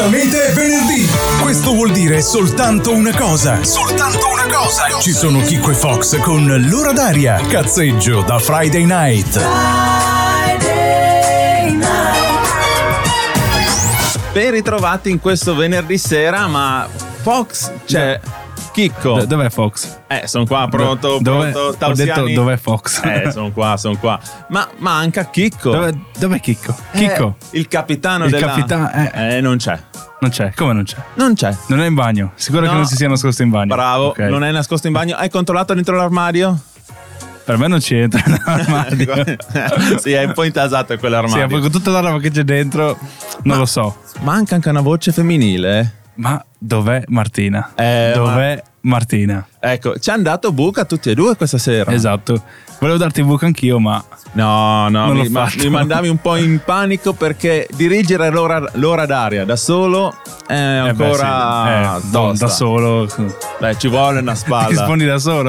Finalmente è venerdì! Questo vuol dire soltanto una cosa. Soltanto una cosa! Ci sono Chicco e Fox con l'ora d'aria. Cazzeggio da Friday Night. Ben ritrovati in questo venerdì sera, ma Fox c'è. Chicco. Dov'è Fox? Sono qua, pronto. Ho detto dov'è Fox? Sono qua. Ma manca Chicco. Dov'è Chicco? Chicco? Il capitano non c'è. Non c'è? Come non c'è? Non c'è. Non è in bagno? Sicuro che non si sia nascosto in bagno? Bravo, Okay. Non è nascosto in bagno. Hai controllato dentro l'armadio? Per me non c'entra nell'armadio. Sì, è un po' intasato quell'armadio. Sì, poi con tutta la roba che c'è dentro, non lo so. Manca anche una voce femminile. Ma dov'è Martina? Dov'è Martina? Ecco, ci hanno dato buca tutti e due questa sera. Esatto. Volevo darti buca anch'io, ma no, mi mandavi un po' in panico perché dirigere l'ora d'aria da solo è ancora da solo. Beh, ci vuole una spalla. Rispondi da solo.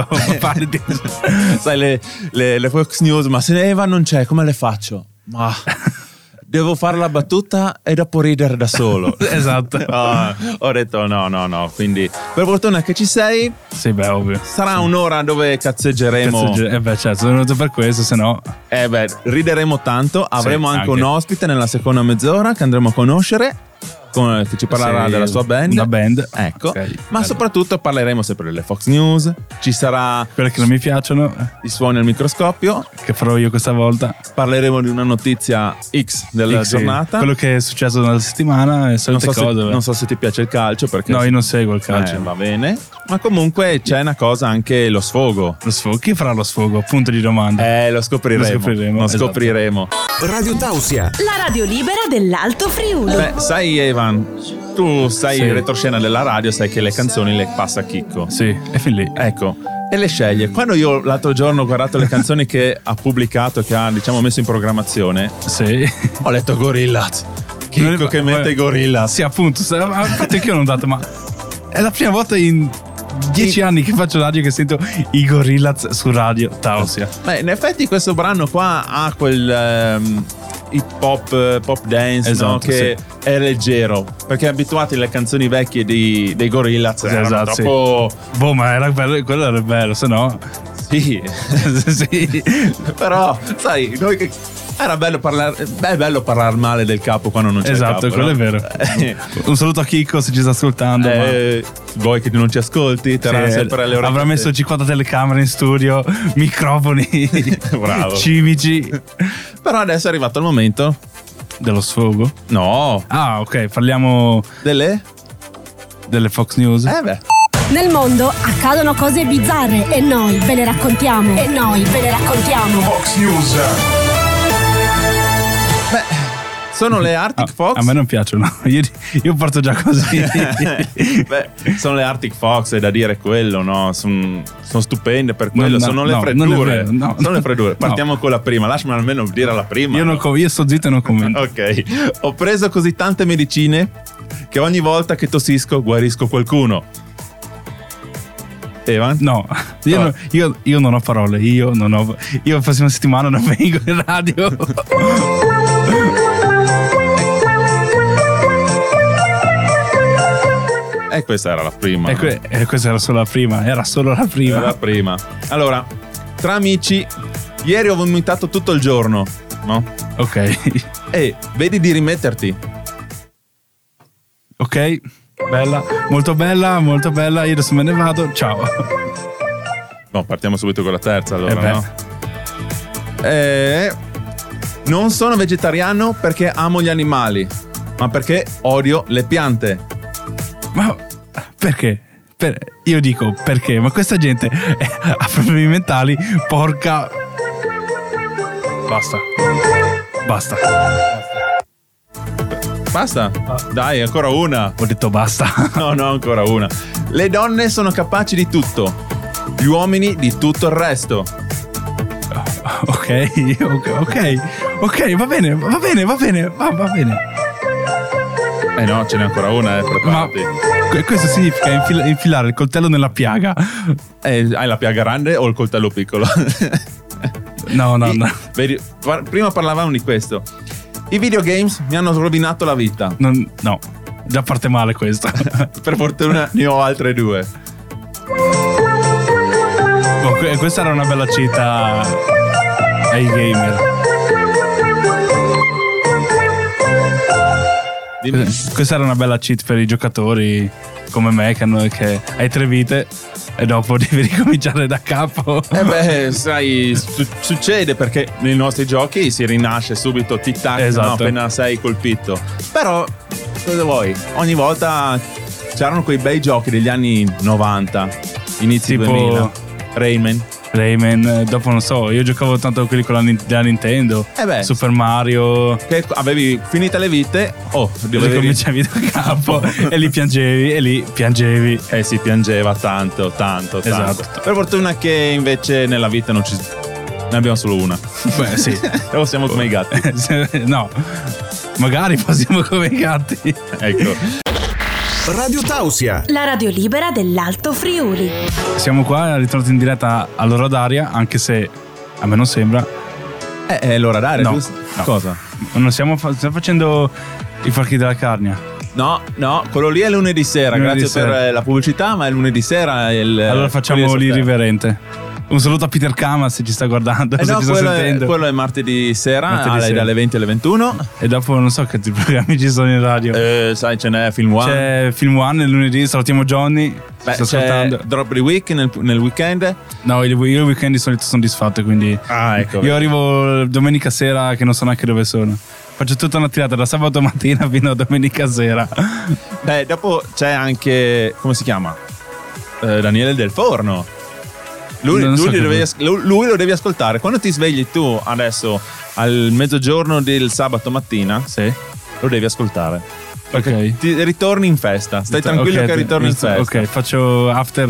Sai, le Fox News, ma se Eva non c'è, come le faccio? Ma devo fare la battuta e dopo ridere da solo. Esatto. Ho detto no. Quindi, per fortuna che ci sei. Sì, beh, ovvio. Sarà un'ora dove cazzeggeremo. Certo, sono venuto per questo, se no. Rideremo tanto. Avremo anche un ospite nella seconda mezz'ora che andremo a conoscere. Che ci parlerà della sua band. Una band. Ecco. Okay. Ma soprattutto parleremo sempre delle Fox News. Ci sarà quelle che non mi piacciono. I suoni al microscopio. Che farò io questa volta. Parleremo di una notizia X della giornata. Quello che è successo nella settimana e solite cose. Non so se ti piace il calcio perché. No, io non seguo il calcio. Va bene. Ma comunque c'è una cosa, anche lo sfogo. Lo sfogo? Chi farà lo sfogo? Punto di domanda. Lo scopriremo. Lo scopriremo. Radio Tausia, la radio libera dell'Alto Friuli. Sai Evan, tu sai il retroscena della radio, sai che le canzoni le passa Chicco. Sì, è fin lì. Ecco, e le sceglie. Quando io l'altro giorno ho guardato le canzoni che ha pubblicato, che ha messo in programmazione, sì, ho letto Gorillaz. Chicco che mette Gorillaz. Sì, appunto, infatti anche io non ho dato, ma è la prima volta in 10 anni che faccio radio che sento i Gorillaz su Radio Tausia. Beh, in effetti questo brano qua ha quel hip pop dance, esatto, no? Che è leggero, perché abituati alle canzoni vecchie dei Gorillaz, esatto, troppo. Boh, ma era bello, quello era bello, se no. Sì. Sì. Però sai, noi che era bello parlare male del capo quando non c'è il capo. Esatto, quello, no? È vero. Un saluto a Chicco se ci sta ascoltando. Voi che non ci ascolti, sempre alle ore. Avrà messo 50 telecamere in studio, microfoni. Bravo. Cimici. Però adesso è arrivato il momento dello sfogo? No. Ah, ok, parliamo delle Fox News. Nel mondo accadono cose bizzarre e noi ve le raccontiamo. Fox News. Sono le Arctic Fox. A me non piacciono. Io parto già così. Sono le Arctic Fox, è da dire quello, no? Sono stupende per quello. Sono le freddure. Sono le freddure. Partiamo con la prima. Lasciami almeno dire la prima. Io sto zitto e non commento. Ok. Ho preso così tante medicine che ogni volta che tossisco guarisco qualcuno. Evan? No, io non ho parole. Io la prossima settimana non vengo in radio. E questa era la prima. Questa era solo la prima. Era la prima. Allora, tra amici, ieri ho vomitato tutto il giorno, no? Ok. E vedi di rimetterti. Ok, bella, molto bella. Io adesso me ne vado. Ciao. No, partiamo subito con la terza, allora, no? Non sono vegetariano perché amo gli animali, ma perché odio le piante. Ma perché? Io dico perché, ma questa gente ha problemi mentali, porca. Basta. Dai, ancora una. Ho detto basta. No, ancora una. Le donne sono capaci di tutto, gli uomini di tutto il resto. Ok, va bene. No, ce n'è ancora una, preparati. Ma questo significa infilare il coltello nella piaga. Hai la piaga grande o il coltello piccolo? No. Vedi, prima parlavamo di questo. I videogames mi hanno rovinato la vita. No. già parte male questa. Per fortuna ne ho altre 2. Questa era una bella cita ai gamer. Questa era una bella cheat per i giocatori come me che hai 3 vite e dopo devi ricominciare da capo. Sai, succede perché nei nostri giochi si rinasce subito tic-tac, esatto. No, appena sei colpito. Però, cosa vuoi? Ogni volta c'erano quei bei giochi degli anni 90, inizi tipo 2000. Rayman, dopo non so, io giocavo tanto a quelli con della Nintendo, Super Mario, che avevi finite le vite, ricominciavi da capo e lì piangevi. Si piangeva tanto. Esatto. Per fortuna che invece nella vita ne abbiamo solo una. Beh, sì. O siamo come i gatti. No, magari possiamo come i gatti. Ecco. Radio Tausia, la radio libera dell'Alto Friuli. Siamo qua, ritornati in diretta all'ora d'aria, anche se a me non sembra. È l'ora d'aria, no. Cosa? Non stiamo facendo i falchi della Carnia. No, quello lì è lunedì sera. Grazie per la pubblicità, ma è lunedì sera. Allora facciamo l'irriverente. Un saluto a Peter Kama se ci sta guardando. No, quello è martedì sera, dalle 20 alle 21. E dopo non so che programmi ci sono in radio. Sai, ce n'è Film One. C'è Film One il lunedì, salutiamo Johnny. C'è ascoltando. Drop the Week nel weekend. No, io il weekend di solito sono disfatto, quindi ecco. Io arrivo domenica sera che non so neanche dove sono. Faccio tutta una tirata da sabato mattina fino a domenica sera. Dopo c'è anche, come si chiama? Daniele Del Forno. Lui lo devi ascoltare. Quando ti svegli tu adesso al mezzogiorno del sabato mattina, lo devi ascoltare. Ok. Ti ritorni in festa. Stai tranquillo che ritorni in festa. Ok, faccio after.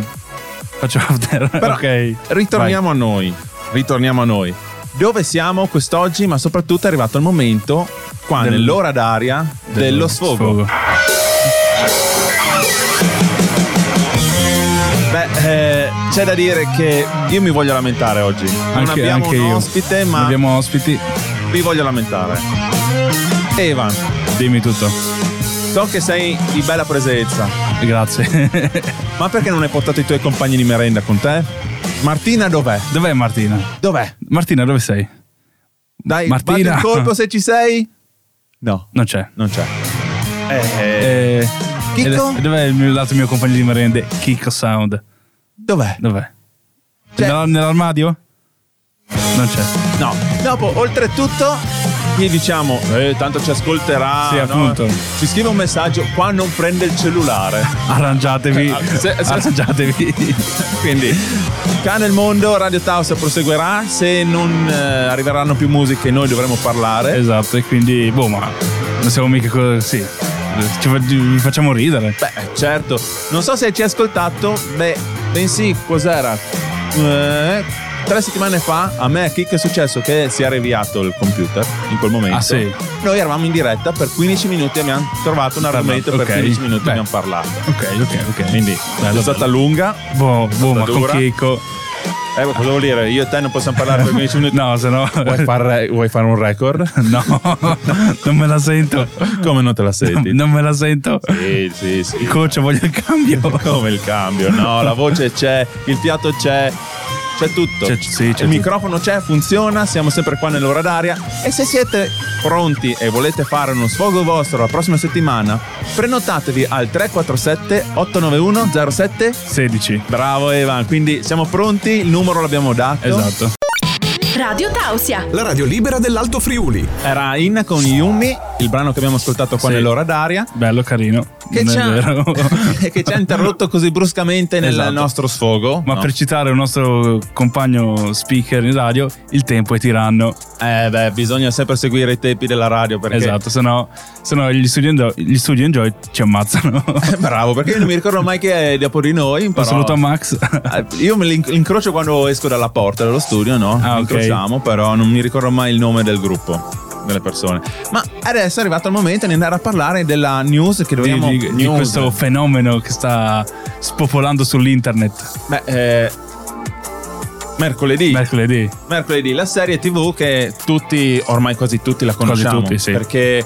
Però, ok. Ritorniamo a noi. Dove siamo quest'oggi? Ma soprattutto è arrivato il momento qua nell'ora d'aria dello sfogo. C'è da dire che io mi voglio lamentare oggi. Non abbiamo un ospite, ma abbiamo ospiti. Mi voglio lamentare. Evan, dimmi tutto. So che sei di bella presenza. Grazie. Ma perché non hai portato i tuoi compagni di merenda con te? Martina dov'è? Dov'è Martina? Dov'è? Martina, dove sei? Dai, Martina. batti il colpo se ci sei. No, non c'è. Chicco? Dov'è l'altro mio compagno di merende? Chicco Sound. Dov'è? Nell'armadio? Non c'è. No. Dopo, oltretutto, gli diciamo, tanto ci ascolterà. Sì, appunto. No? Ci scrive un messaggio, qua non prende il cellulare. Arrangiatevi. Arrangiatevi. Quindi, qua nel mondo, Radio Tausia proseguirà. Se non arriveranno più musiche, noi dovremo parlare. Esatto, e quindi, ma non siamo mica così. Vi facciamo ridere. Certo. Non so se ci hai ascoltato. Bensì, cos'era? 3 settimane fa a me che è successo che si è avviato il computer in quel momento. Ah, sì. Noi eravamo in diretta per 15 minuti e abbiamo trovato un argomento per 15 minuti abbiamo parlato. Ok. Quindi è stata lunga. Ma con Chicco. Cosa vuol dire? Io e te non possiamo parlare per 15 minuti? No, se no. Vuoi fare un record? No, non me la sento. Come non te la senti? Non me la sento. Sì. Il coach, voglio il cambio. Come il cambio? No, la voce c'è, il fiato c'è tutto. C'è il microfono c'è, funziona, siamo sempre qua nell'ora d'aria. E se siete pronti e volete fare uno sfogo vostro la prossima settimana, prenotatevi al 347 891 07 16. Bravo Evan, quindi siamo pronti, il numero l'abbiamo dato. Esatto. Radio Tausia, la radio libera dell'Alto Friuli. Era Inna con Yumi, il brano che abbiamo ascoltato qua nell'ora d'aria. Bello, carino. Che ci ha interrotto così bruscamente nel nostro sfogo. Ma per citare un nostro compagno speaker in radio, il tempo è tiranno. Bisogna sempre seguire i tempi della radio perché... Esatto, se no gli studi Enjoy ci ammazzano. Bravo, perché io non mi ricordo mai che è dopo di noi. Un saluto a Max. Io me l'incrocio quando esco dalla porta dello studio, no? Incrociamo, però non mi ricordo mai il nome del gruppo, delle persone. Ma adesso è arrivato il momento di andare a parlare della news che dobbiamo di questo fenomeno che sta spopolando sull'internet. Mercoledì. Mercoledì, la serie TV che ormai quasi tutti la conosciamo. Quasi tutti, sì. Perché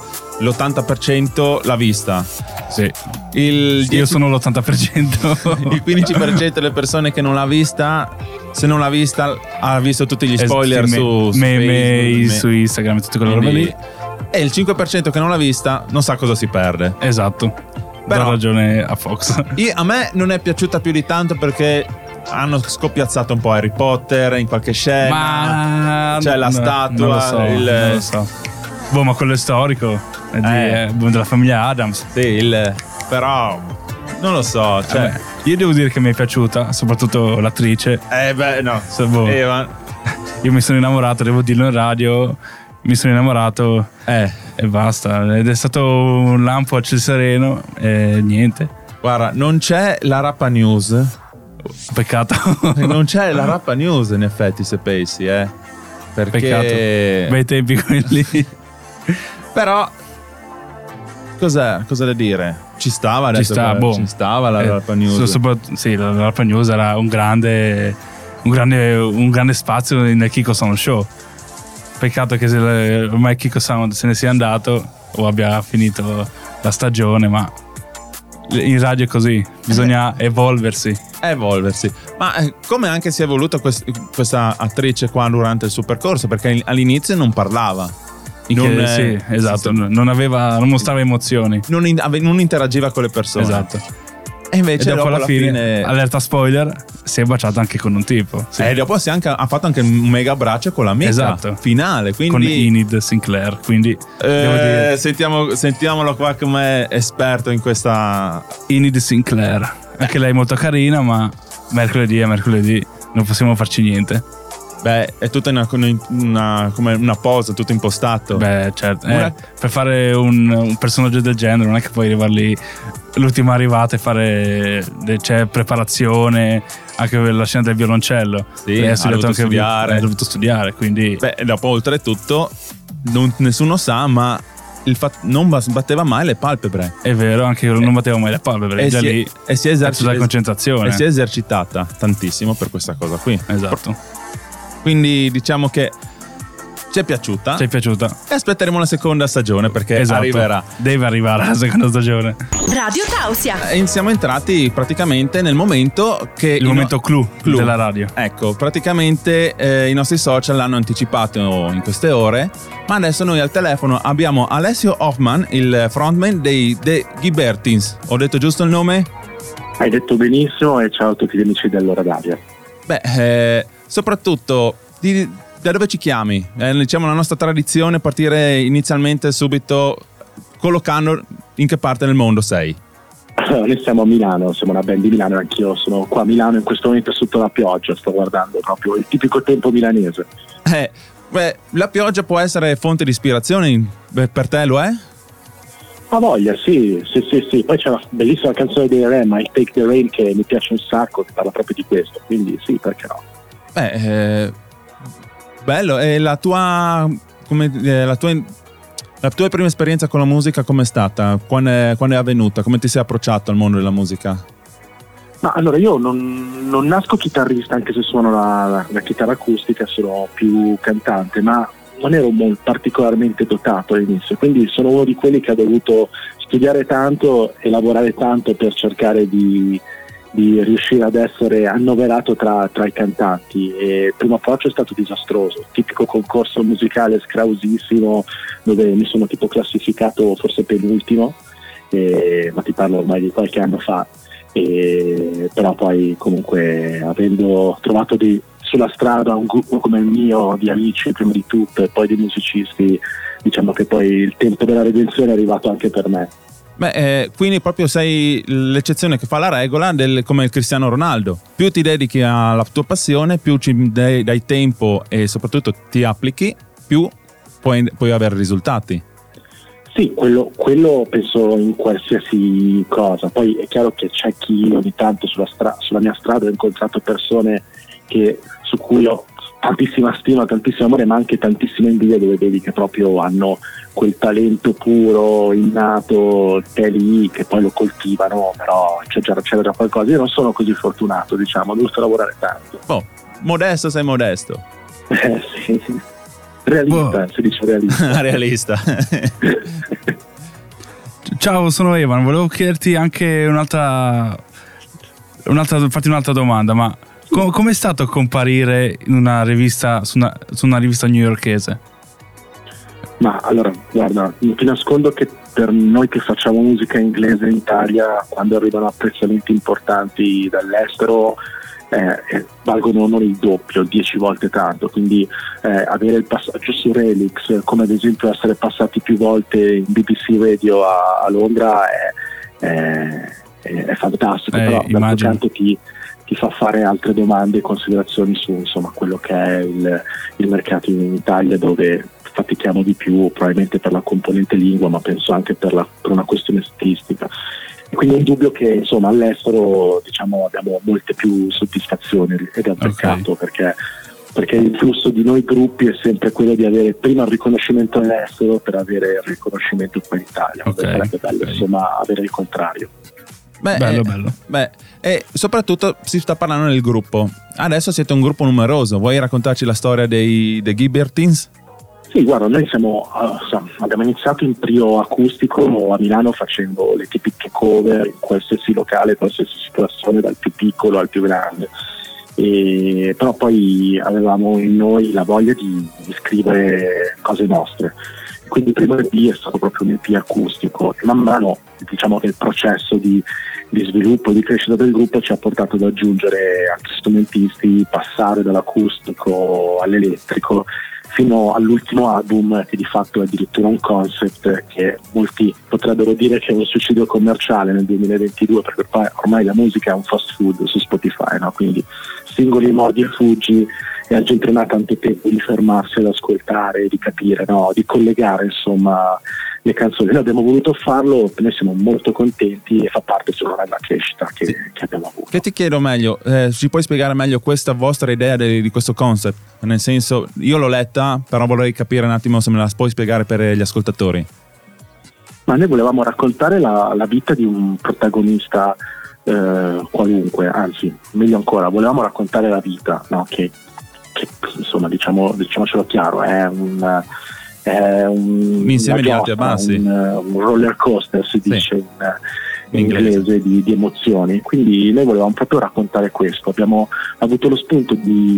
l'80% l'ha vista. Sì. Io sono l'80%. Il 15% delle persone che non l'ha vista, se non l'ha vista, ha visto tutti gli spoiler su meme, su Instagram e tutte quelle robe lì. E il 5% che non l'ha vista non sa cosa si perde. Esatto. Però, dà ragione a Fox. A me non è piaciuta più di tanto perché hanno scoppiazzato un po' Harry Potter in qualche scena. Ma c'è la statua. Non lo so. Boh, ma quello è storico. È della famiglia Adams. Sì, però non lo so. Cioè, io devo dire che mi è piaciuta, soprattutto l'attrice. No. Io mi sono innamorato, devo dirlo in radio. Mi sono innamorato e basta. Ed è stato un lampo a ciel sereno e niente. Guarda, non c'è la Rappa News. Peccato. Non c'è la Rappa News in effetti, se pensi, perché peccato. Bei tempi quelli. Però cosa da dire? Ci stava adesso. Ci stava la Rappa News. Sì, la Rappa News era un grande spazio nel Kiko Sound Show. Peccato che ormai Kiko Sound se ne sia andato o abbia finito la stagione, ma in radio è così, bisogna evolversi. Ma come anche si è evoluta questa attrice qua durante il suo percorso, perché all'inizio non parlava. Sì, esatto, non mostrava emozioni. Non interagiva con le persone. Esatto. E invece dopo alla fine, allerta spoiler, si è baciato anche con un tipo. Sì. E dopo ha fatto anche un mega abbraccio con l'amica finale. Quindi, con Enid Sinclair. Quindi devo dire, sentiamolo qua come esperto in questa. Enid Sinclair. Anche lei è molto carina, ma mercoledì è mercoledì, non possiamo farci niente. Beh, è tutta come una posa, tutto impostato. Beh, certo. Per fare un personaggio del genere non è che puoi arrivare lì l'ultima arrivata e fare c'è preparazione, anche per la scena del violoncello. Sì, ha dovuto studiare, quindi dopo oltretutto nessuno sa, ma non batteva mai le palpebre. È vero, anche io non battevo mai le palpebre. E si è esercitata concentrazione. E si è esercitata tantissimo per questa cosa qui. Esatto. Quindi diciamo che ci è piaciuta. E aspetteremo la seconda stagione perché arriverà. Deve arrivare la seconda stagione. Radio Tausia. E siamo entrati praticamente nel momento che il momento clou della radio. Ecco, praticamente i nostri social l'hanno anticipato in queste ore, ma adesso noi al telefono abbiamo Alessio Hoffman, il frontman dei The Ghibertins. Ho detto giusto il nome? Hai detto benissimo e ciao a tutti gli amici dell'Ora d'Aria. Soprattutto da dove ci chiami? Diciamo la nostra tradizione, partire inizialmente subito collocando in che parte del mondo sei. Noi siamo a Milano, siamo una band di Milano, anch'io sono qua a Milano in questo momento sotto la pioggia, sto guardando proprio il tipico tempo milanese. La pioggia può essere fonte di ispirazione, per te lo è? Ha voglia, sì. Poi c'è una bellissima canzone dei Rem, I Take the Rain, che mi piace un sacco, che parla proprio di questo, quindi sì, perché no? Bello. E la tua prima esperienza con la musica com'è stata? Quando è avvenuta? Come ti sei approcciato al mondo della musica? Ma allora io non nasco chitarrista, anche se suono la chitarra acustica, sono più cantante, ma non ero particolarmente dotato all'inizio, quindi sono uno di quelli che ha dovuto studiare tanto e lavorare tanto per cercare di riuscire ad essere annoverato tra i cantanti, e il primo approccio è stato disastroso, tipico concorso musicale scrausissimo dove mi sono tipo classificato forse penultimo, ma ti parlo ormai di qualche anno fa, però poi comunque avendo trovato sulla strada un gruppo come il mio di amici prima di tutto e poi di musicisti, diciamo che poi il tempo della redenzione è arrivato anche per me. Quindi proprio sei l'eccezione che fa la regola, come il Cristiano Ronaldo. Più ti dedichi alla tua passione, più ci dai tempo e soprattutto ti applichi, più puoi avere risultati. Sì, quello penso in qualsiasi cosa. Poi è chiaro che c'è chi ogni tanto sulla mia strada ho incontrato persone su cui ho tantissima stima, tantissimo amore, ma anche tantissima invidia, dove vedi che proprio hanno quel talento puro, innato, lì, che poi lo coltivano, però c'era già qualcosa. Io non sono così fortunato, diciamo, ho dovuto lavorare tanto. modesto sei modesto. Sì. Realista, si dice realista. Realista. Ciao, sono Evan, volevo chiederti anche farti un'altra domanda, ma com'è stato comparire in una rivista, su una rivista newyorkese? Ma allora, guarda, non ti nascondo che per noi che facciamo musica inglese in Italia, quando arrivano apprezzamenti importanti dall'estero, valgono non il doppio, 10 volte tanto, quindi avere il passaggio su Relix, come ad esempio essere passati più volte in BBC Radio a Londra, è fantastico, però d'altro canto ti fa fare altre domande e considerazioni su insomma quello che è il mercato in Italia, dove fatichiamo di più, probabilmente per la componente lingua, ma penso anche per una questione stilistica. E quindi è indubbio che insomma all'estero, diciamo, abbiamo molte più soddisfazioni, ed è un peccato, perché il flusso di noi gruppi è sempre quello di avere prima il riconoscimento all'estero per avere il riconoscimento qua in Italia. Sarebbe bello insomma avere il contrario. Bello. E soprattutto si sta parlando del gruppo. Adesso siete un gruppo numeroso. Vuoi raccontarci la storia dei Gibbertins? Sì, guarda, noi abbiamo iniziato in trio acustico a Milano facendo le tipiche cover in qualsiasi locale, qualsiasi situazione, dal più piccolo al più grande. Però poi avevamo in noi la voglia di scrivere cose nostre. Quindi il primo EP è stato proprio un EP acustico e man mano, diciamo che il processo di sviluppo e di crescita del gruppo ci ha portato ad aggiungere altri strumentisti, passare dall'acustico all'elettrico fino all'ultimo album, che di fatto è addirittura un concept che molti potrebbero dire che è un suicidio commerciale nel 2022, perché ormai la musica è un fast food su Spotify, no? Quindi singoli mordi e fuggi, e la gente non ha tanto tempo di fermarsi ad ascoltare, di capire, no? Di collegare insomma le canzoni. Noi abbiamo voluto farlo, noi siamo molto contenti e fa parte solo della crescita che abbiamo avuto. Che ti chiedo meglio, ci puoi spiegare meglio questa vostra idea di questo concept? Nel senso, io l'ho letta, però vorrei capire un attimo se me la puoi spiegare per gli ascoltatori. Ma noi volevamo raccontare la vita di un protagonista qualunque, anzi meglio ancora, volevamo raccontare la vita, no? che insomma diciamocelo chiaro, è un insieme di alti e bassi, un roller coaster si dice in inglese di emozioni. Quindi noi volevamo proprio raccontare questo. Abbiamo avuto lo spunto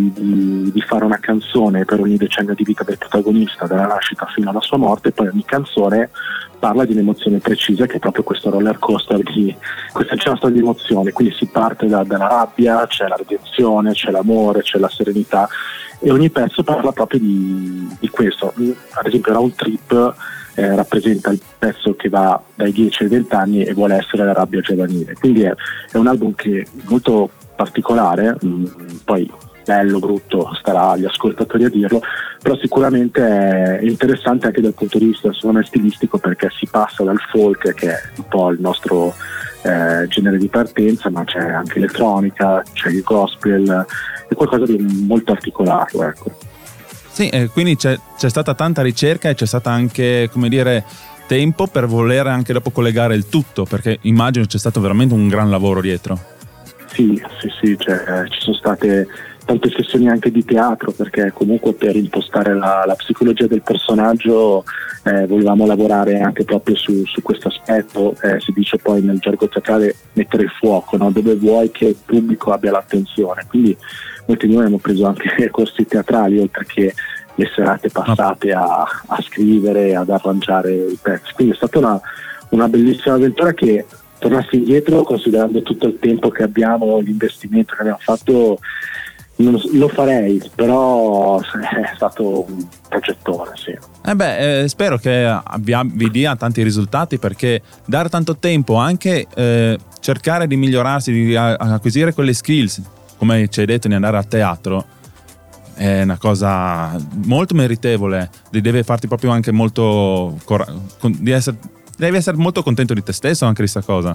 di fare una canzone per ogni decennio di vita del protagonista, dalla nascita fino alla sua morte, e poi ogni canzone parla di un'emozione precisa, che è proprio questo roller coaster questa c'è una storia di emozioni. Quindi si parte dalla rabbia, c'è la redenzione, c'è l'amore, c'è la serenità, e ogni pezzo parla proprio di questo. Ad esempio Round Trip rappresenta il pezzo che va dai 10 ai 20 anni e vuole essere la rabbia giovanile. Quindi è un album che è molto particolare, poi bello, brutto, starà agli ascoltatori a dirlo, però sicuramente è interessante anche dal punto di vista secondo me stilistico, perché si passa dal folk, che è un po' il nostro genere di partenza, ma c'è anche elettronica, c'è il gospel, è qualcosa di molto articolato, ecco. Sì, quindi c'è stata tanta ricerca e c'è stata anche, come dire, tempo per voler anche dopo collegare il tutto, perché immagino c'è stato veramente un gran lavoro dietro. Sì, ci sono state tante sessioni anche di teatro, perché comunque per impostare la psicologia del personaggio volevamo lavorare anche proprio su questo aspetto, si dice poi nel gergo teatrale mettere il fuoco, no? Dove vuoi che il pubblico abbia l'attenzione. Quindi molti di noi hanno preso anche corsi teatrali, oltre che le serate passate a scrivere, ad arrangiare i pezzi. Quindi è stata una bellissima avventura che, tornassi indietro, considerando tutto il tempo che abbiamo, l'investimento che abbiamo fatto, lo farei, però è stato un progettone, sì. Spero che vi dia tanti risultati, perché dare tanto tempo, anche cercare di migliorarsi, di acquisire quelle skills, come ci hai detto, di andare a teatro, è una cosa molto meritevole. Deve farti proprio anche molto devi essere molto contento di te stesso anche di questa cosa.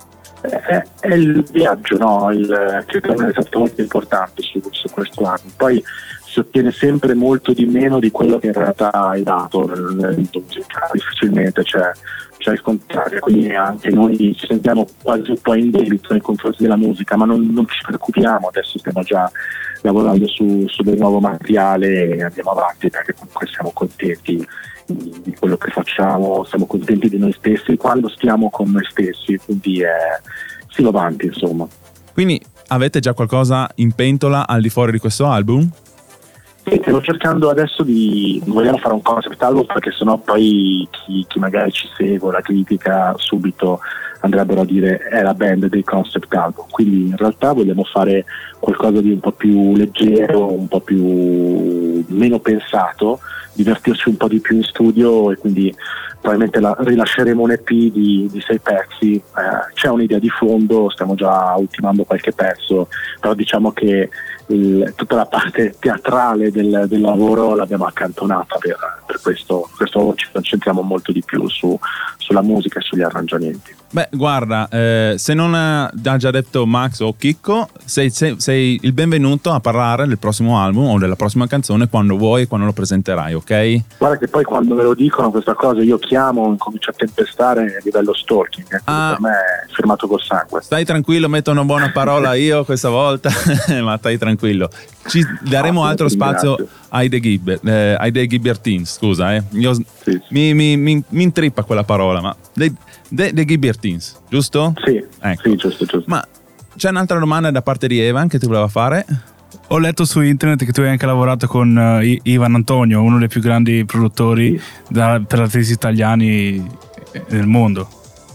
È il viaggio, no? Che per me è stato molto importante su questo anno. Poi si ottiene sempre molto di meno di quello che in realtà hai dato nel musicale, difficilmente c'è il contrario, quindi anche noi ci sentiamo quasi un po' in debito nei confronti della musica, ma non ci preoccupiamo, adesso stiamo già lavorando su del nuovo materiale e andiamo avanti perché comunque siamo contenti di quello che facciamo, siamo contenti di noi stessi quando stiamo con noi stessi, quindi si va avanti, insomma. Quindi avete già qualcosa in pentola al di fuori di questo album? Stiamo cercando adesso vogliamo fare un concept album, perché sennò poi chi magari ci segue, la critica, subito andrebbero a dire è la band dei concept album, quindi in realtà vogliamo fare qualcosa di un po' più leggero, un po' più meno pensato, divertirci un po' di più in studio, e quindi probabilmente rilasceremo un EP di 6 pezzi. C'è un'idea di fondo, stiamo già ultimando qualche pezzo, però diciamo che tutta la parte teatrale del lavoro l'abbiamo accantonata per questo ci concentriamo molto di più sulla musica e sugli arrangiamenti. Beh, guarda, se non ha già detto Max o Chicco, sei il benvenuto a parlare del prossimo album o della prossima canzone quando vuoi e quando lo presenterai, ok? Guarda che poi quando me lo dicono questa cosa io chiamo, comincio a tempestare a livello stalking, per me è firmato col sangue. Stai tranquillo, metto una buona parola io questa volta, ma stai tranquillo. Ci daremo altro spazio ai The Gibbertines, scusa, Io, sì. Mi intrippa quella parola, ma The Gibbertines, giusto? Sì, ecco. Sì, giusto. Ma c'è un'altra domanda da parte di Evan che ti voleva fare? Ho letto su internet che tu hai anche lavorato con Ivan Antonio, uno dei più grandi produttori per artisti italiani nel mondo.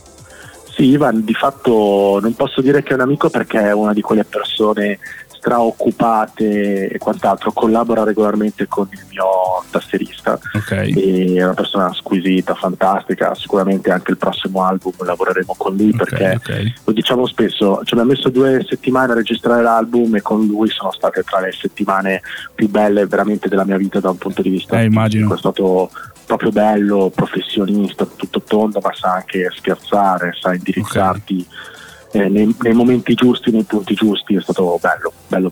Sì, Ivan di fatto non posso dire che è un amico, perché è una di quelle persone straoccupate e quant'altro, collabora regolarmente con il mio tastierista, e è una persona squisita, fantastica. Sicuramente anche il prossimo album lavoreremo con lui, perché lo diciamo spesso, ci abbiamo messo 2 settimane a registrare l'album e con lui sono state tra le settimane più belle veramente della mia vita da un punto di vista immagino. È stato proprio bello, professionista, tutto tondo, ma sa anche scherzare, sa indirizzarti nei momenti giusti, nei punti giusti. È stato bello.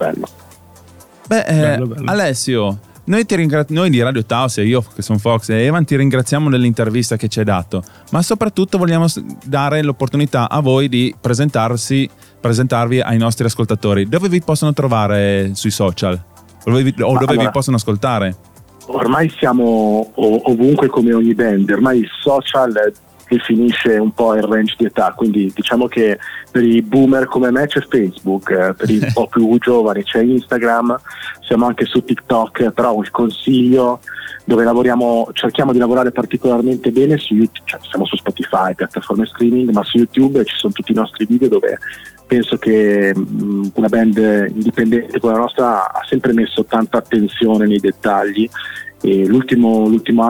Beh, bello. Alessio, noi di Radio Taos, e io che sono Fox e Evan, ti ringraziamo dell'intervista che ci hai dato, ma soprattutto vogliamo dare l'opportunità a voi di presentarvi ai nostri ascoltatori. Dove vi possono trovare sui social? Dove vi possono ascoltare? Ormai siamo ovunque come ogni band, ormai il social definisce un po' il range di età, quindi diciamo che per i boomer come me c'è Facebook, per i un po' più giovani c'è Instagram, siamo anche su TikTok, però il consiglio dove cerchiamo di lavorare particolarmente bene su YouTube, cioè siamo su Spotify, piattaforme streaming, ma su YouTube ci sono tutti i nostri video dove penso che una band indipendente come la nostra ha sempre messo tanta attenzione nei dettagli, e l'ultimo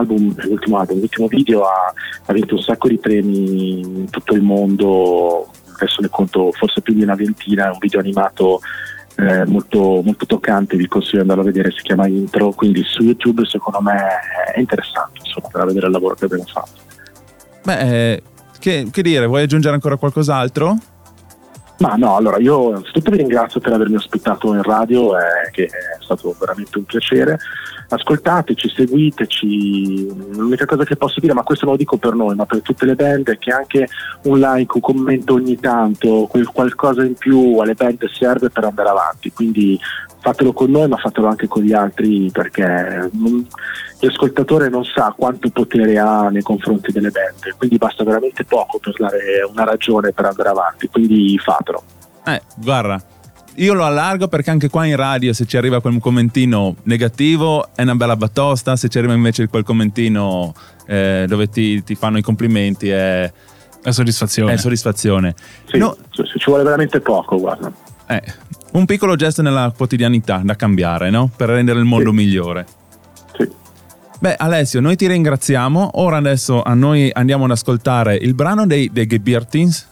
video ha vinto un sacco di premi in tutto il mondo. Adesso ne conto forse più di una ventina. È un video animato molto, molto toccante, vi consiglio di andarlo a vedere, si chiama Intro, quindi su YouTube secondo me è interessante, insomma, per vedere il lavoro che abbiamo fatto. Beh, che dire, vuoi aggiungere ancora qualcos'altro? Ma no, allora io innanzitutto vi ringrazio per avermi ospitato in radio, che è stato veramente un piacere. Ascoltateci, seguiteci. L'unica cosa che posso dire, ma questo non lo dico per noi, ma per tutte le band, è che anche un like, un commento ogni tanto, qualcosa in più alle band serve per andare avanti, quindi fatelo con noi, ma fatelo anche con gli altri, perché l'ascoltatore non sa quanto potere ha nei confronti delle band, quindi basta veramente poco per dare una ragione per andare avanti, quindi fatelo. Guarda, io lo allargo, perché anche qua in radio se ci arriva quel commentino negativo è una bella batosta, se ci arriva invece quel commentino dove ti fanno i complimenti è soddisfazione. Sì, ci vuole veramente poco, guarda. Un piccolo gesto nella quotidianità da cambiare, no? Per rendere il mondo migliore. Sì. Beh, Alessio, noi ti ringraziamo. Ora adesso noi andiamo ad ascoltare il brano dei The Gibbertines,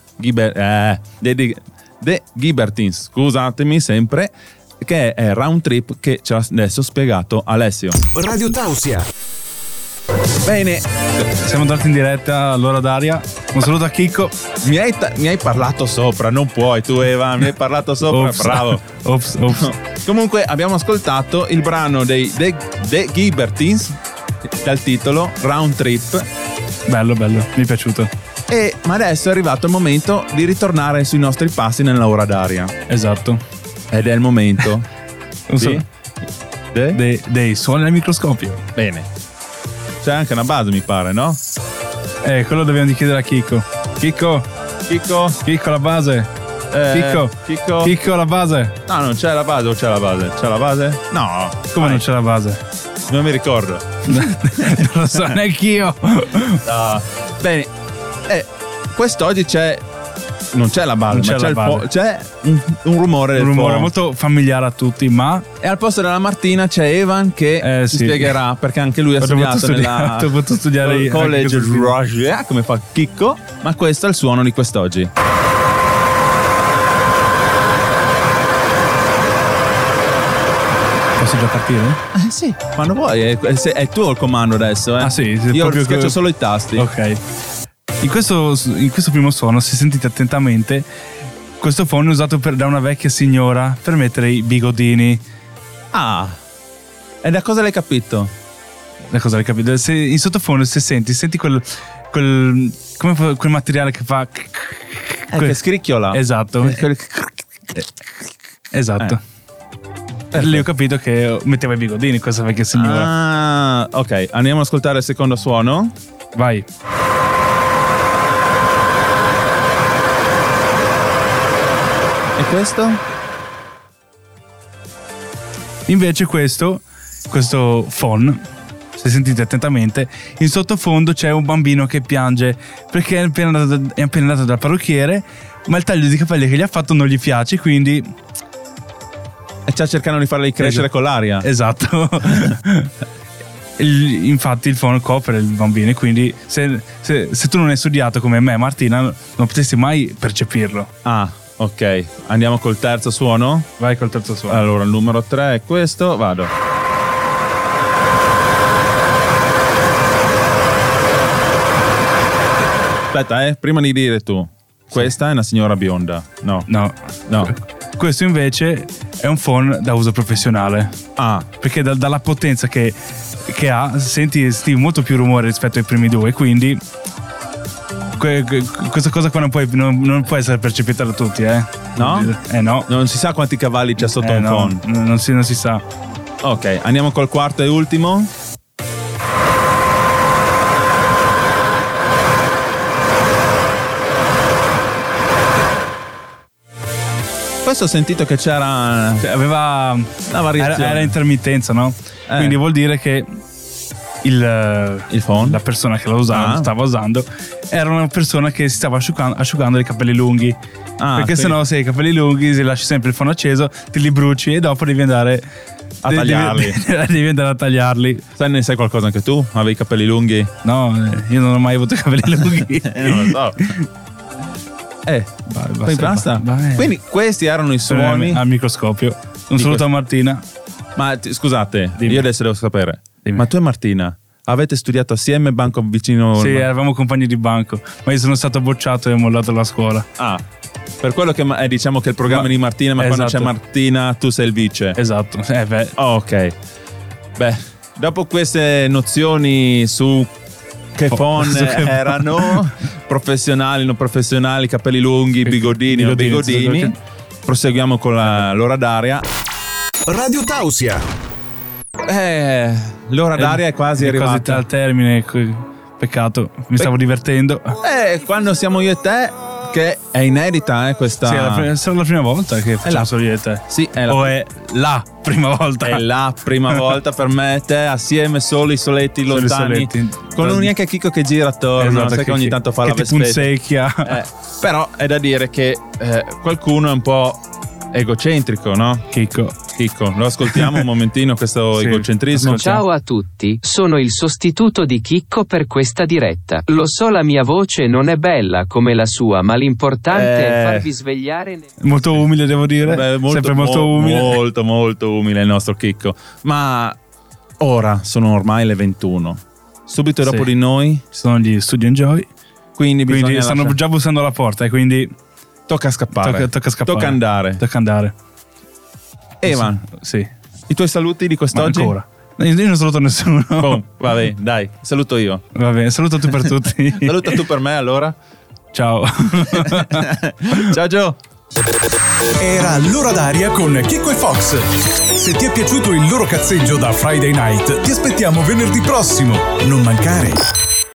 The Gibbertines, scusatemi sempre, che è Round Trip, che ci ha adesso spiegato Alessio. Radio Tausia. Bene, siamo andati in diretta all'ora d'aria. Un saluto a Chicco. mi hai parlato sopra, non puoi tu Eva, mi hai parlato sopra, Ops. bravo. Ops. Comunque abbiamo ascoltato il brano dei The Gibbertines dal titolo Round Trip. Bello, mi è piaciuto. Ma adesso è arrivato il momento di ritornare sui nostri passi nell'ora d'aria. Esatto. Ed è il momento Non so. Dei suoni al microscopio. Bene. C'è anche una base, mi pare, no? Quello dobbiamo chiedere a Chicco. Chicco, la base. Chicco, la base. No, non c'è la base o c'è la base? C'è la base? No. Come non c'è la base? Non mi ricordo. Non lo so neanch'io. No. Bene. Quest'oggi non c'è la base, Non c'è ma la base. c'è un rumore del Un rumore phone. molto familiare a tutti, ma E al posto della Martina c'è Evan che ci sì. spiegherà, perché anche lui ha studiato ho potuto studiare nel college anche questo Roger, come fa Chicco, ma questo è il suono di quest'oggi. Posso già partire? Sì, quando vuoi, è tuo il comando adesso. Ah, sì, Io proprio schiaccio che- solo i tasti. Ok. In questo primo suono, se sentite attentamente, questo phone è usato da una vecchia signora per mettere i bigodini. Ah, e da cosa l'hai capito? Da cosa hai capito? In sottofondo, se senti quel materiale che fa. Che scricchiola. Esatto. Esatto. Lì ho capito che metteva i bigodini questa vecchia signora. Ah, ok, andiamo ad ascoltare il secondo suono. Vai. E questo? Invece questo phone, se sentite attentamente, in sottofondo c'è un bambino che piange perché è appena andato dal parrucchiere, ma il taglio di capelli che gli ha fatto non gli piace, quindi E sta cercando di farli crescere con l'aria. esatto. Infatti il phone copre il bambino e quindi se tu non hai studiato come me Martina non potresti mai percepirlo. Ah, ok. Andiamo col terzo suono. Vai col terzo suono. Allora, il numero 3 è questo. Vado. Aspetta, prima di dire tu. Questa è una signora bionda. No. No. Questo invece è un phone da uso professionale. Ah, Perché dalla potenza che ha senti molto più rumore rispetto ai primi due, quindi questa cosa qua non può essere percepita da tutti, No? No. non si sa quanti cavalli c'è sotto un no, phone. non si sa. Ok, andiamo col quarto e ultimo. Questo ho sentito che c'era Cioè, aveva una variazione. era intermittenza, no? Quindi vuol dire che il phone? la persona che lo usava, Ah. stava usando, era una persona che si stava asciugando i capelli lunghi. Ah, Perché quindi- sennò se hai i capelli lunghi, se lasci sempre il phone acceso, te li bruci e dopo devi andare A tagliarli. devi andare a tagliarli. Ne sai qualcosa anche tu? Avevi i capelli lunghi? No, io non ho mai avuto i capelli lunghi. Non lo so. Poi basta. Vai. Quindi questi erano i suoni. al microscopio. Un saluto a Martina. Ma scusate, Dimmi. io adesso devo sapere. Dimmi. Ma tu e Martina avete studiato assieme banco vicino? Sì, eravamo compagni di banco, ma io sono stato bocciato e ho mollato la scuola. Ah, per quello che diciamo che il programma di Martina, ma quando c'è Esatto. Martina tu sei il vice. Esatto. Oh, ok. Beh, dopo queste nozioni su che phone su che erano, professionali, non professionali, capelli lunghi, bigodini, non bigodini, proseguiamo con l'ora d'aria. Radio Tausia. L'ora d'aria è quasi quasi arrivata. al termine. Peccato, mi stavo divertendo. Quando siamo io e te, che è inedita questa. Sì, sarà la prima volta che facciamo solo io e te. Sì, è la O è la prima volta? È la prima volta per me e te assieme, soli, soletti, Soli, lontani, soletti. con un'alche Chicco che gira attorno, Esatto, sai che ogni tanto fa la che ti vespetta. punzecchia. Però è da dire che qualcuno è un po' egocentrico, no? Chicco. Lo ascoltiamo un momentino questo Sì, egocentrismo. ascoltiamo. Ciao a tutti, sono il sostituto di Chicco per questa diretta. Lo so, la mia voce non è bella come la sua, ma l'importante è farvi svegliare. Molto umile, devo dire. Beh, Sempre molto umile. Molto umile il nostro Chicco. Ma ora sono ormai le 21. subito dopo di noi sono gli Studio Enjoy. Quindi stanno già bussando alla porta e quindi tocca scappare. Tocca scappare. Tocca andare. Evan, sì. I tuoi saluti di quest'oggi? Ma ancora. Io non saluto nessuno. Va bene, dai, saluto io. Va bene, saluto tu per tutti. Saluta tu per me allora. Ciao. Ciao Gio. Era L'Ora d'Aria con Chicco e Fox. Se ti è piaciuto il loro cazzeggio da Friday Night, ti aspettiamo venerdì prossimo. Non mancare.